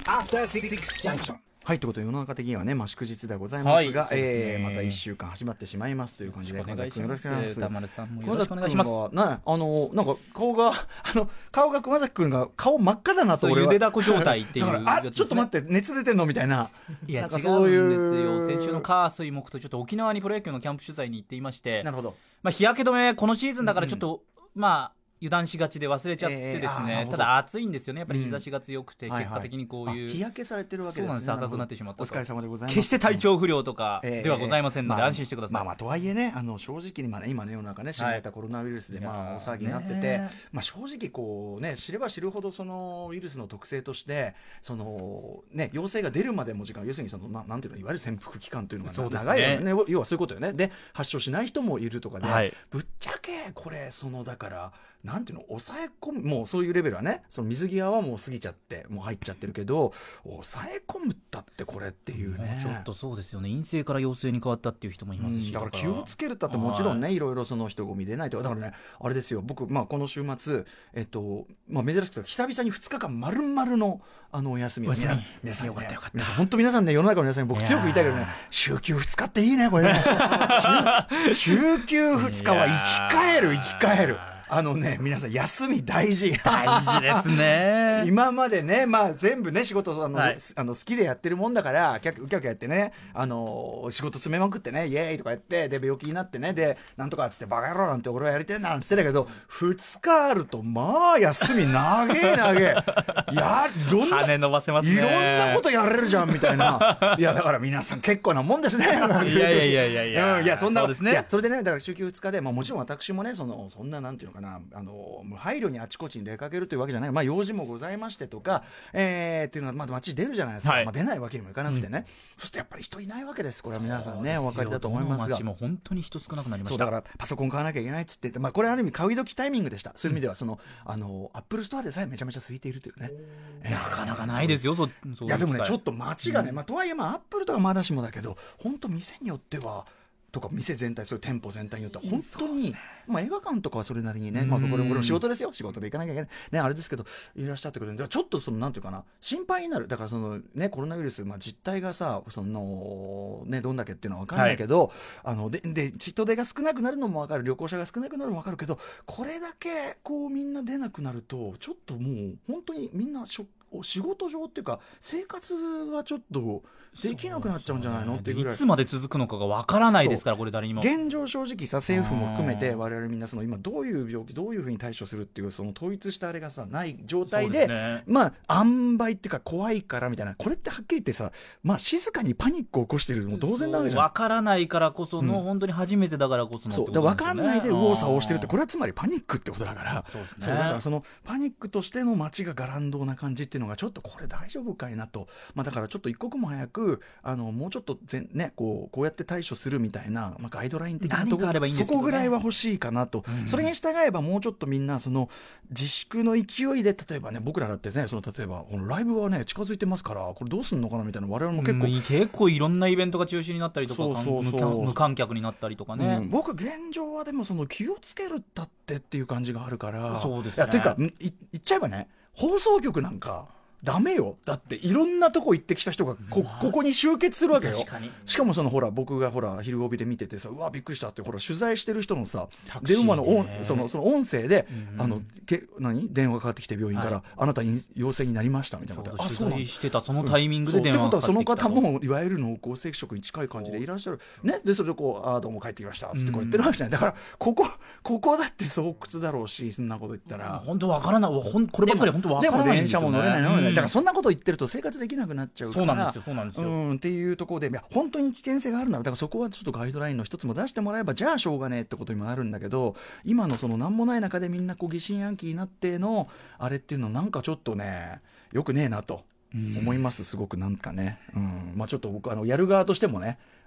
After Six Junction。はい、ということで世の中的にはね、祝日ではございますが、はい、また1週間始まってしまいますという感じで、 熊崎君よろしくお願いします。歌丸さんもよ熊崎ろしくお願いします。 なんか顔が熊崎君が顔真っ赤だなと俺はゆでだこ状態っていうだからちょっと待って熱出てんのみたいな。 いや、なんかそういうんですよ。先週の火水木とちょっと沖縄にプロ野球のキャンプ取材に行っていまして、 なるほど、 日焼け止めこのシーズンだからちょっと、油断しがちで忘れちゃってですね、ただ暑いんですよね、やっぱり日差しが強くて、結果的にこういう日焼けされてるわけですね。 そうなんです、赤くなってしまった。 お疲れ様でございます。 決して体調不良とかではございませんので安心してください。 とはいえね、正直に今の世の中ね、新型コロナウイルスで大騒ぎになってて、正直こうね、知れば知るほどそのウイルスの特性としてそのね、陽性が出るまでも時間、要するにそのなんていうの、いわゆる潜伏期間というのが長いよね。要はそういうことよね。で発症しない人もいるとかで、ぶっちゃけこれだからなんていうの、抑え込む、もうそういうレベルはね、その水際はもう過ぎちゃってもう入っちゃってるけど、抑え込むったってこれっていうね、 ちょっとそうですよね。陰性から陽性に変わったっていう人もいますし、 だから気をつけるったってもちろんね、いろいろその人混み出ないとか、だからね、あれですよ、僕この週末珍しく久々に2日間丸々のお休みをね、皆さんよかったよかった、本当皆さんね、世の中の皆さんに僕強く言いたいけどね、週休2日っていいねこれね週休2日は生き返る皆さん休み大事ですね今までね、全部ね仕事好きでやってるもんだからうきゃうきゃやってね、仕事詰めまくってね、イエーイとかやって、で病気になってね、でなんとかっつってバカ野郎なんて俺はやりてんなんつってたけど、2日あると休み長え羽伸ばせますね、 いろんなことやれるじゃんみたいな。いやだから皆さん結構なもんですねいやそんな、 そうですね。 いやそれでね、だから週休2日で、もちろん私もね、そんななんていうのかな、無配慮にあちこちに出かけるというわけじゃない、用事もございましてとか、っていうのは街に出るじゃないですか、出ないわけにもいかなくてね、そしてやっぱり人いないわけです。これは皆さんねお分かりだと思いますが、 街も本当に人少なくなりました。 そうだからパソコン買わなきゃいけないっつって、これある意味買い時タイミングでした。そういう意味ではアップルストアでさえめちゃめちゃ空いているというね、 なかなかないですよ。 いやでもね、ちょっと街がね、とはいえアップルとかまだしもだけど、本当店によってはとか店全体、そういう店舗全体によっては本当に、映画館とかはそれなりにね、これも仕事ですよ、仕事で行かなきゃいけないね、あれですけどいらっしゃってくるんで、ちょっとなんていうかな、心配になる。だからコロナウイルス、実態がさどんだけっていうのは分かんないけど、で人手が少なくなるのも分かる、旅行者が少なくなるのも分かるけど、これだけこうみんな出なくなると、ちょっともう本当にみんな仕事上っていうか生活はちょっとできなくなっちゃうんじゃないのっていうぐらい、 いつまで続くのかがわからないですから、これ誰にも。 現状正直さ、政府も含めて我々みんな今どういう病気、どういうふうに対処するっていうその統一したあれがさない状態で、塩梅っていうか怖いからみたいな、これってはっきり言ってさ、静かにパニックを起こしてるのも同然なわけじゃん。 わからないからこその、本当に初めてだからこその、 そうだ、分かんないで右往左往してるって、これはつまりパニックってことだから、 そうですね。 だからそのパニックとしての街がガランドな感じっていうのがちょっとこれ大丈夫かいなと、だからちょっと一刻も早くもうちょっとこうやって対処するみたいな、ガイドライン的なところ、そこぐらいは欲しいかなと、それに従えばもうちょっとみんなその自粛の勢いで、例えばね、僕らだってね、例えばこのライブはね近づいてますから、これどうすんのかなみたいな、我々も結構いろんなイベントが中止になったりとか、無観客になったりとかね、 僕現状はでも気をつけるったっていう感じがあるから。 そうですね。 というか言っちゃえばね、放送局なんかダメよ。だっていろんなとこ行ってきた人がここに集結するわけよ。しかも僕が昼帯で見ててさ、うわびっくりしたって、取材してる人のさ電話のその音声で、電話がかかってきて病院から、あなた陽性になりましたみたいなこと、 取材してたそのタイミングで電話がかかってきた。 ってことはその方もいわゆる濃厚接触に近い感じでいらっしゃるね。でそれでどうも帰ってきましたつってこう言ってるわけじゃない。だからここだって巣窟だろうし、そんなこと言ったら本当わからない。こればっかり本当わからない。 でも電車も乗れないのだからそんなこと言ってると生活できなくなっちゃうから。 そうなんですよ。 っていうところで、本当に危険性があるなら、だからそこはちょっとガイドラインの一つも出してもらえば、じゃあしょうがねえってことにもなるんだけど、今の何もない中でみんな疑心暗鬼になってのあれっていうのなんかちょっとねよくねえなと思います。すごくなんかね、ちょっと僕やる側としてもね、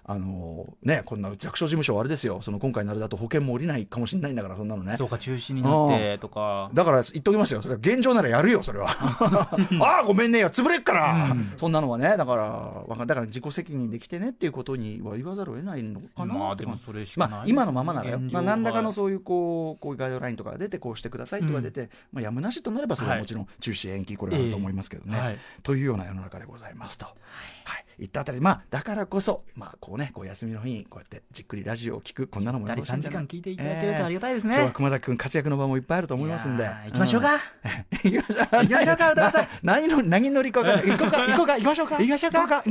ね、こんな弱小事務所はあれですよ、その今回なるだと保険も下りないかもしれないんだから、そんなのね。 そうか、中止になってとか。 だから言っときますよ、それは現状ならやるよ、それは。ああ、ごめんね、潰れっから、そんなのはね、だから自己責任できてねっていうことには言わざるを得ないのかな。 まあでもそれしかない、 今のままならよ、何らかのうそういうこういうガイドラインとかが出てこうしてくださいとか出て、やむなしとなればそれはもちろん中止延期これはあると思いますけどね、というような世の中でございますと。言ったあたり、だからこそ、こうね、こう休みの日にこうやってじっくりラジオを聞く、こんなのもよろしいんじゃない。 3時間聞いていただけるとありがたいですね。 今日は熊崎君活躍の場もいっぱいあると思いますんで、 行きましょうか。 行きましょうか、歌川さん。何乗りか行こうか、行きましょうか。行け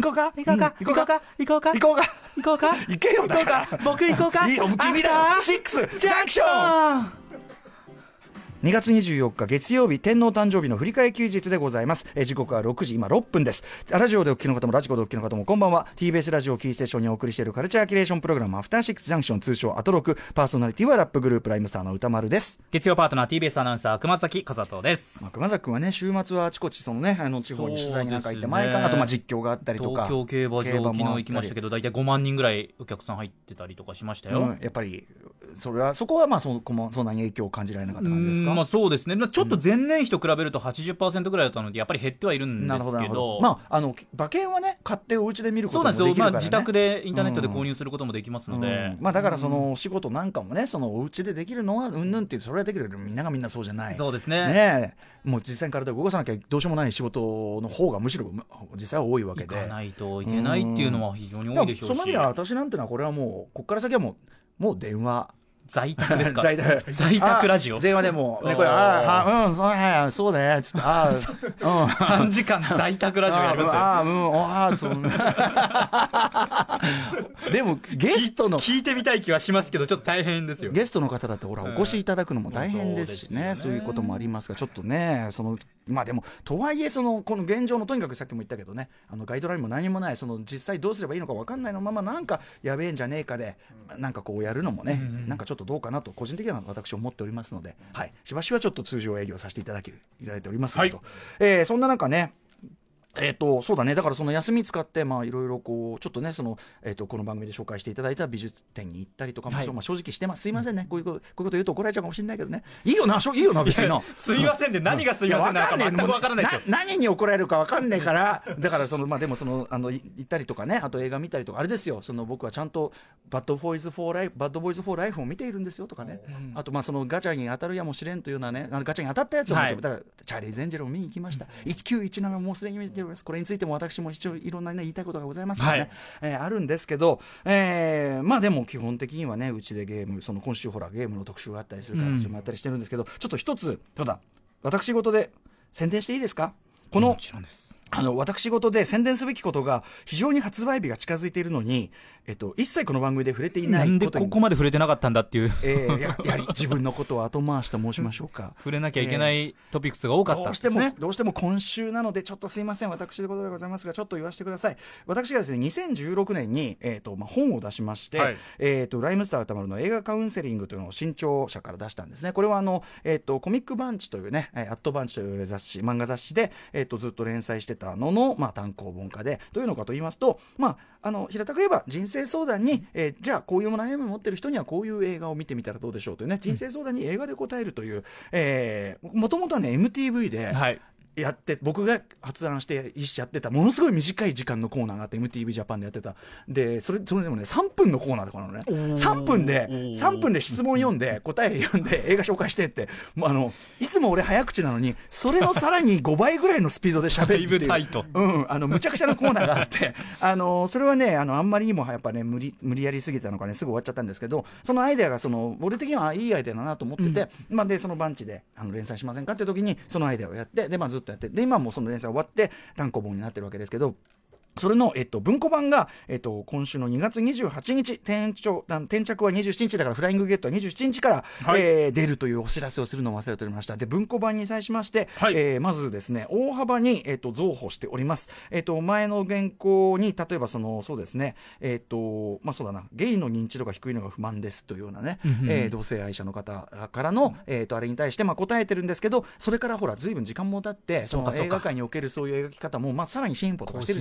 よ、だから。 僕行こうか。 いいよ、君だ。シックスジャンクション。2月24日月曜日、天皇誕生日の振り替え休日でございます。時刻は6時今6分です。ラジオでお聞きの方もラジコでお聞きの方もこんばんは。 TBS ラジオキーステーションにお送りしているカルチャーキュレーションプログラムアフターシックスジャンクション、通称アトロク。パーソナリティはラップグループライムスターの歌丸です。 月曜パートナー TBS アナウンサー熊崎和人です。 熊崎君はね、週末はあちこちそのね、地方に取材になんか行って、前からあと実況があったりとか、 東京競馬場昨日行きましたけど、大体5万人ぐらいお客さん入ってたりとかしましたよ。 やっぱりそこはそんなに影響を感じられなかった感じですか。 そうですね、ちょっと前年比と比べると 80% ぐらいだったのでやっぱり減ってはいるんですけど、 馬券はね、買ってお家で見ることもできるからね。 そうなんですよ、自宅でインターネットで購入することもできますので、 だからそのお仕事なんかもね、そのお家でできるのはうんぬんっていう、それはできるけどみんながみんなそうじゃない。 そうですね。 ね、もう実際に体を動かさなきゃどうしようもない仕事の方がむしろ実際は多いわけで、 行かないといけないっていうのは非常に多いでしょうし、 その意味では私なんてのはこれはもうここから先はもう電話在宅ですか。 在宅ラジオ。 電話でもね、これそうねつって 3時間在宅ラジオやりますよ。 でもゲストの聞いてみたい気はしますけど、ちょっと大変ですよ。 ゲストの方だってお越しいただくのも大変ですしね、そういうこともありますが、ちょっとね、でもとはいえこの現状の、とにかくさっきも言ったけどね、ガイドラインも何もない、実際どうすればいいのか分かんないのまま、なんかやべえんじゃねえかでなんかこうやるのもね、なんかちょっとどうかなと個人的には私思っておりますので、しばしばちょっと通常営業させていただいておりますと、そんな中ね、そうだね、だからその休み使っていろいろこうちょっとね、この番組で紹介していただいた美術展に行ったりとかも、正直してます。すいませんね、こういうこと言うと怒られちゃうかもしれないけどね、いいよな別にな。 すいませんで何がすいませんなのか全く分からないですよ。 何に怒られるか分かんないから、だからでも行ったりとかね、あと映画見たりとか、あれですよ、僕はちゃんとバッドボーイズ・フォー・ライフを見ているんですよとかね、あとガチャに当たるやもしれんというようなね、ガチャに当たったやつをだからチャーリーズ・エンジェルを見に行きました。1917もうすでに見ております。これについても私も一応いろんな、言いたいことがございますのでね、あるんですけど、でも基本的にはね、うちでゲーム、今週ほらゲームの特集があったりするから、やったりしてるんですけど、ちょっと一つただ私事で宣伝していいですか。もちろんです。私事で宣伝すべきことが非常に発売日が近づいているのに、一切この番組で触れていないことに、 なんでここまで触れてなかったんだっていう、 やはり自分のことを後回しと申しましょうか。 触れなきゃいけないトピックスが多かったんですね。 どうしても今週なのでちょっとすいません、私のことでございますがちょっと言わせてください。私がですね2016年に、本を出しまして、ライムスター歌丸の映画カウンセリングというのを新潮社から出したんですね。これはコミックバンチというね、アットバンチという漫画雑誌で、ずっと連載してたのの、単行本化で、どういうのかと言いますと、平たく言えば人生相談に、じゃあこういう悩みを持ってる人にはこういう映画を見てみたらどうでしょうというね、人生相談に映画で答えるという、もともとはね MTV で、やって僕が発案してやってたものすごい短い時間のコーナーがあって MTV ジャパンでやってた。でそれでもね3分のコーナーとかなのね。3分で質問読んで答え読んで映画紹介してって、いつも俺早口なのにそれのさらに5倍ぐらいのスピードで喋るっていうむちゃくちゃなコーナーがあってそれはねあんまりにもやっぱね無理やりすぎたのかね、すぐ終わっちゃったんですけど、そのアイデアが俺的にはいいアイデアだなと思ってて、でそのバンチで連載しませんかって時にそのアイデアをやって、でずっとやって、で今もその連載終わって単行本になってるわけですけど、それの、文庫版が、今週の2月28日転着は27日だからフライングゲットは27日から、出るというお知らせをするのを忘れておりました。で文庫版に際しまして、まずですね大幅に、増補しております。前の原稿に例えばそうですねそうだな、ゲイの認知度が低いのが不満ですというようなね、同性愛者の方からの、あれに対して答えてるんですけど、それからほら随分時間も経ってその映画界におけるそういう描き方もさらに進歩とかしてるじゃないですか。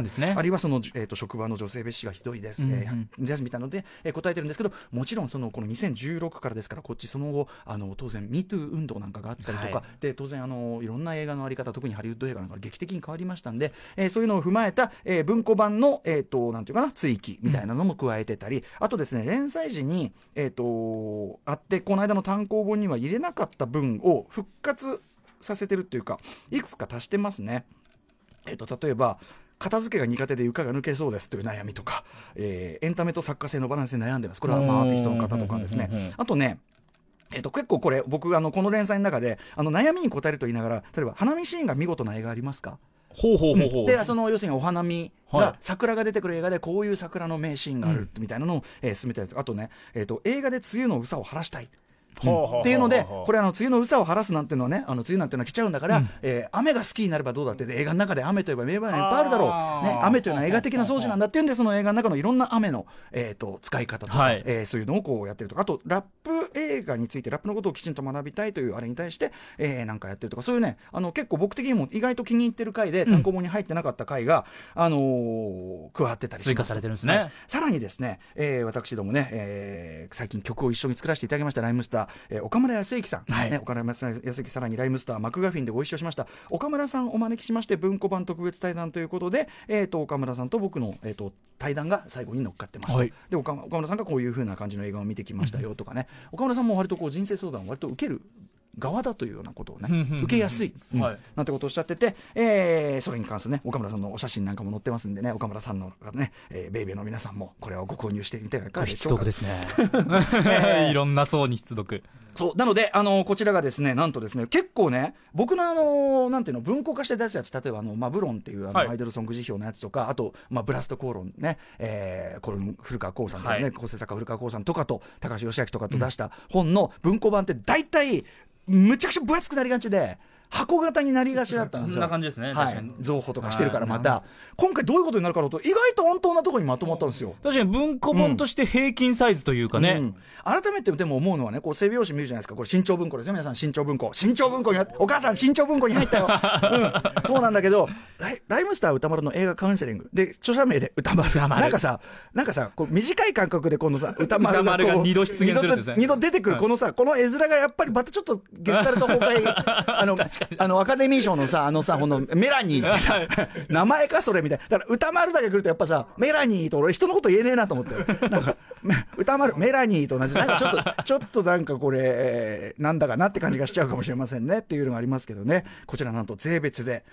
んですね。 あるいはその、職場の女性蔑視がひどいです、みたいなので、答えてるんですけど、もちろんこの2016からですから、こっちその後当然 MeToo 運動なんかがあったりとか、で当然いろんな映画のあり方、特にハリウッド映画なんか劇的に変わりましたんで、そういうのを踏まえた、文庫版の、なんていうかな、追記みたいなのも加えてたり、あとですね、連載時に、あってこの間の単行本には入れなかった分を復活させてるっていうか、いくつか足してますね。例えば片付けが苦手で床が抜けそうですという悩みとか、エンタメと作家性のバランスに悩んでます。これはアーティストの方とかですね。あとね、結構これ僕この連載の中で悩みに答えると言いながら、例えば花見シーンが見事な映画ありますか。で要するにお花見が、桜が出てくる映画でこういう桜の名シーンがあるみたいなのを、進めたりとか、あとね、映画で梅雨のうさを晴らしたいっていうので、これ梅雨のうさを晴らすなんていうのはね、梅雨なんていうのは来ちゃうんだから、雨が好きになればどうだって、映画の中で雨といえば名場面いっぱいあるだろう、ね、雨というのは映画的な装置なんだっていうんで、その映画の中のいろんな雨の、使い方とか、そういうのをこうやってるとか、あとラップ映画についてラップのことをきちんと学びたいというあれに対して、なんかやってるとか、そういうね、結構僕的にも意外と気に入ってる回で、単行本に入ってなかった回が、加わってたりします。 追加されてるんですね。 さらにですね、私どもね、最近曲を一緒に作らせていただきましたライムスター、岡村康之さん、岡村康之、さらにライムスターマクガフィンでご一緒しました岡村さんをお招きしまして、文庫版特別対談ということで、岡村さんと僕の、対談が最後に乗っかってました、で岡村さんがこういう風な感じの映画を見てきましたよとかね、岡村さんも割とこう人生相談を割と受ける側だというようなことをね、受けやすい、なんてことをおっしゃってて、それに関するね、岡村さんのお写真なんかも載ってますんでね、岡村さんのね、ベイベーの皆さんもこれをご購入してみてはいかがでしょうか。 必読ですねいろんな層に必読。 そうなのでこちらがですね、なんとですね、結構ね、僕のなんていうの、文庫化して出すやつ、例えばブロンっていうアイドルソング辞表のやつとか、あと、ブラストコーロンね、これ古川光さんとかね、構成作家古川光さんとかと高橋義明とかと出した本の文庫版って大体むちゃくちゃ分厚くなりがちで、箱型になりがちだったんですよ。 そんな感じですね。 はい、増補とかしてるから、また今回どういうことになるかと、意外と本当なところにまとまったんですよ。 確かに文庫本として平均サイズというかね、 改めてでも思うのはね、こう背表紙見るじゃないですか。これ新潮文庫ですよ、皆さん。新潮文庫にお母さん新潮文庫に入ったよ、そうなんだけど、ライムスター歌丸の映画カウンセリングで著者名で歌丸、なんかさこう短い間隔でこのさ歌丸が 2度出現するんですね。 2度出てくるこの絵面がやっぱりまたちょっとゲシュタルト崩壊アカデミー賞のさこのメラニーってさ名前かそれみたいな。だから歌丸だけ来るとやっぱさ、メラニーと俺人のこと言えねえなと思って、なんか歌丸メラニーと同じ、なんかちょっとなんかこれなんだかなって感じがしちゃうかもしれませんねっていうのがありますけどね。こちらなんと税別で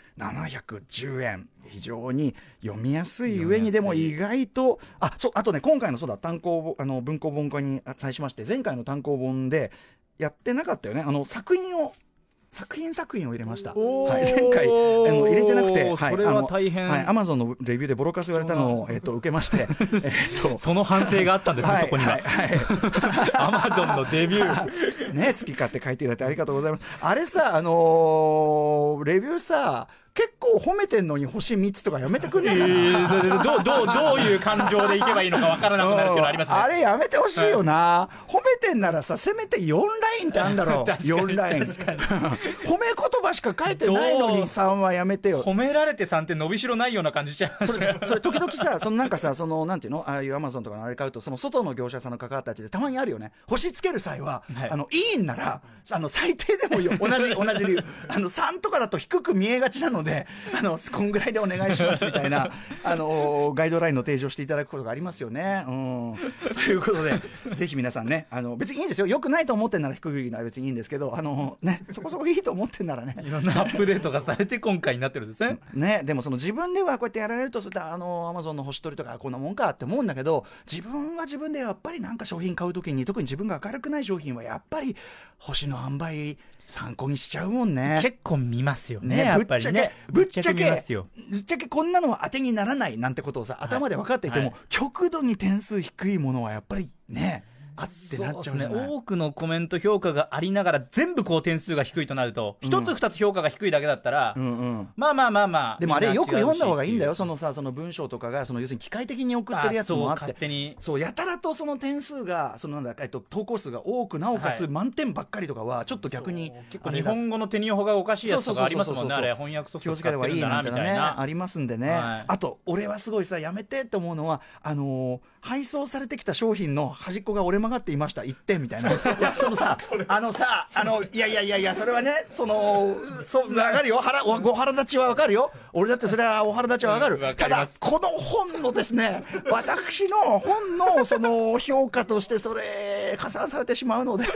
710円、非常に読みやすい上に、でも意外とあとね、今回の単行文庫本化に際しまして、前回の単行本でやってなかったよね、作品を入れました。前回入れてなくて、 それは大変。 Amazon のレビューでボロカス言われたのを受けましてその反省があったんですね、そこには。Amazon のレビューね、好き勝手書いていただいてありがとうございます。あれさ、レビューさ、結構褒めてんのに星3つとかやめてくんないかな、 どういう感情でいけばいいのか分からなくなるっていうのありますね。 あれやめてほしいよな、褒めてんならさ、せめて4ラインってあんだろう4ライン褒め言葉しか書いてないのに3はやめてよ。 褒められて3って伸びしろないような感じしちゃいますね。 それ時々さ、なんかさ、なんていうの、ああいうアマゾンとかのあれ買うと、その外の業者さんの関わったやつでたまにあるよね。星つける際は、いいんなら最低でもいいよ、同じ理由3とかだと低く見えがちなので、こんぐらいでお願いしますみたいなガイドラインの提示をしていただくことがありますよね。ということでぜひ皆さんね、別にいいんですよ、よくないと思ってんなら低いのは別にいいんですけど、ね、そこそこいいと思ってんならね、 いろんなアップデートがされて今回になってるんですね。 でも自分ではこうやってやられると、Amazon の星取りとかこんなもんかって思うんだけど、自分は自分でやっぱりなんか商品買うときに、特に自分が明るくない商品はやっぱり星の販売参考にしちゃうもんね。 結構見ますよね、やっぱりね。 ぶっちゃけこんなのは当てにならないなんてことをさ、頭で分かっていても、極度に点数低いものはやっぱりね、 あってなっちゃうじゃない。 そうですね、多くのコメント評価がありながら全部こう点数が低いとなると、一つ二つ評価が低いだけだったら、まあでもあれよく読んだ方がいいんだよ。その文章とかが要するに機械的に送ってるやつもあって、 勝手にそうやたらとその点数が投稿数が多く、なおかつ満点ばっかりとかはちょっと逆に結構日本語の手に予報がおかしいやつとかありますもんね。あれ翻訳ソフト使ってるんだなみたいなありますんでね、あと俺はすごいさやめてって思うのは配送されてきた商品の端っこが折れ曲がっていました1点みたいな。いやそのさいやそれはね分かるよ、ご腹立ちは分かるよ。俺だってそれはお腹立ちは分かる。ただこの本のですね私の本のその評価としてそれ加算されてしまうので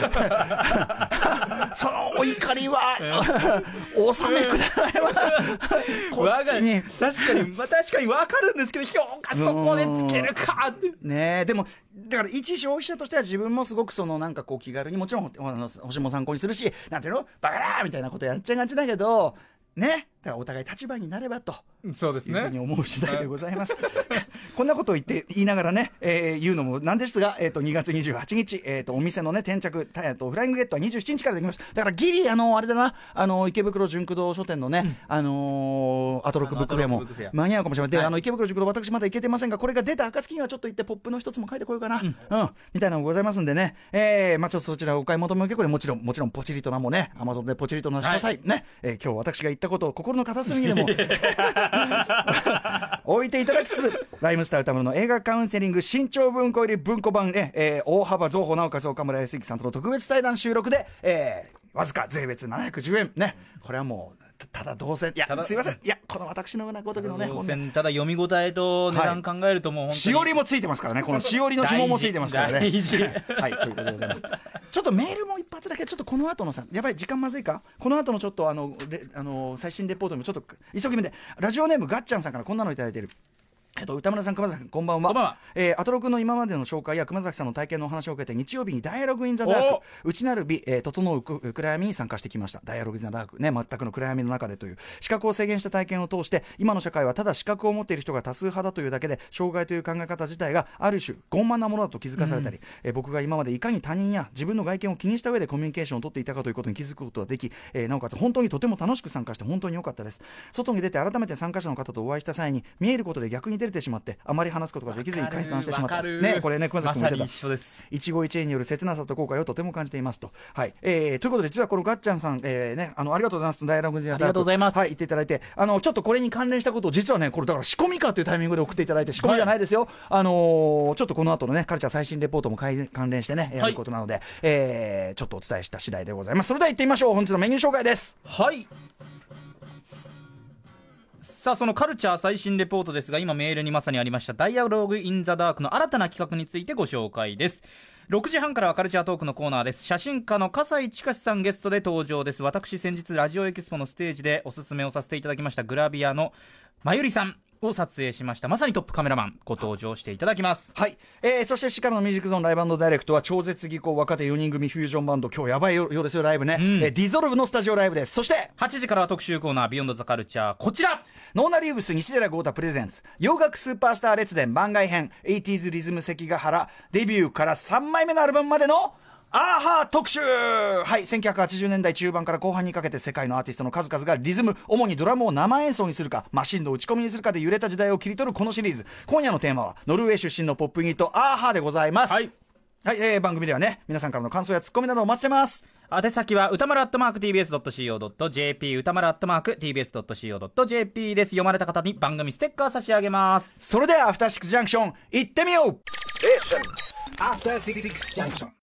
そのお怒りはお納めください。こっちに確かに分かるんですけど、評価そこでつけるかってね。でもだから一消費者としては自分もすごく気軽にもちろん星も参考にするし、なんていうのバカだーみたいなことやっちゃいがちだけどね、だからお互い立場になればとそうですね、 いうふうに思う次第でございます。こんなことを言いながらね、言うのもなんですが、2月28日、お店のね転着フライングゲットは27日からできます。だからギリあれだな、池袋純駆動書店のね、アトロックブックフェアも間に合うかもしれない。で、池袋純駆動私まだ行けてませんが、これが出た暁にはちょっと行ってポップの一つも書いてこようかな、みたいなのがございますんでね、ちょっとそちらお買い求め受けこれもちろんポチリとなもね Amazon でポチリとなした際、ね、今日私が言ったことを心の片隅にでも置いていただきつつ、ライムスター歌丸の映画カウンセリング新潮文庫入り文庫版で、大幅増補なおかつ岡村康之さんとの特別対談収録で、わずか税別710円ね。これはもうただどうせすいません、この私のようなごときのねただ読み応えと値段考えるともう本当にしおりもついてますからね。このしおりの紐もついてますからね。 大事はい、ということでございます。ちょっとメールも一発だけ、ちょっとこの後のさ、やばい時間まずいか、この後のちょっと最新レポートにもちょっと急ぎ目で、ラジオネームガッチャンさんからこんなのいただいている。歌村さん、熊崎さん、こんばんは。 こんばんは。 アトロクの今までの紹介や熊崎さんの体験のお話を受けて、日曜日にダイアログインザダーク内なる美、整う暗闇に参加してきました。ダイアログインザダークね、全くの暗闇の中でという視覚を制限した体験を通して、今の社会はただ視覚を持っている人が多数派だというだけで、障害という考え方自体がある種傲慢なものだと気づかされたり、僕が今までいかに他人や自分の外見を気にした上でコミュニケーションを取っていたかということに気づくことができ、なおかつ本当にとても楽しく参加して本当に良かったです。外に出て改めて参加者の方とお会いした際に、見えることで逆に出れてしまって、あまり話すことができずに解散してしまったね。これね、熊崎君も言ってた、 まさに一緒です。 一期一会による切なさと後悔をとても感じていますと。はい、ということで実はこのガッチャンさん、ね、ありがとうございます。ダイアログインザダーク、 ありがとうございます。 はい、言っていただいて、ちょっとこれに関連したことを実はね、これだから仕込みかというタイミングで送っていただいて、仕込みじゃないですよ、ちょっとこの後のねカルチャー最新レポートも関連してねやることなので、ちょっとお伝えした次第でございます。それでは行ってみましょう。本日のメニュー紹介です。 はい、さあそのカルチャー最新レポートですが、今メールにまさにありましたダイアログインザダークの新たな企画についてご紹介です。6時半からはカルチャートークのコーナーです。写真家の笠井千佳さんゲストで登場です。私先日ラジオエキスポのステージでおすすめをさせていただきましたグラビアのまゆりさんを撮影しました。まさにトップカメラマンご登場していただきます。 はい、そしてシカラのミュージックゾーンライブ&ダイレクトは超絶技巧若手4人組フュージョンバンド、今日やばいようですよライブね、ディゾルブのスタジオライブです。そして 8時からは特集コーナービヨンドザカルチャー、こちらノーナリーブス西寺豪太プレゼンツ洋楽スーパースター列伝番外編 80s リズム関ヶ原、デビューから3枚目のアルバムまでのアーハー特集。はい、1980年代中盤から後半にかけて世界のアーティストの数々がリズム、主にドラムを生演奏にするかマシンの打ち込みにするかで揺れた時代を切り取るこのシリーズ。今夜のテーマはノルウェー出身のポップユニットアーハーでございます。はい、はい、番組ではね皆さんからの感想やツッコミなどお待ちしてます。 宛先は歌丸@tbs.co.jp 歌丸@tbs.co.jp です。読まれた方に番組ステッカー差し上げます。 それではアフターシックスジャンクション行ってみよう。アフターシックスジャンクション。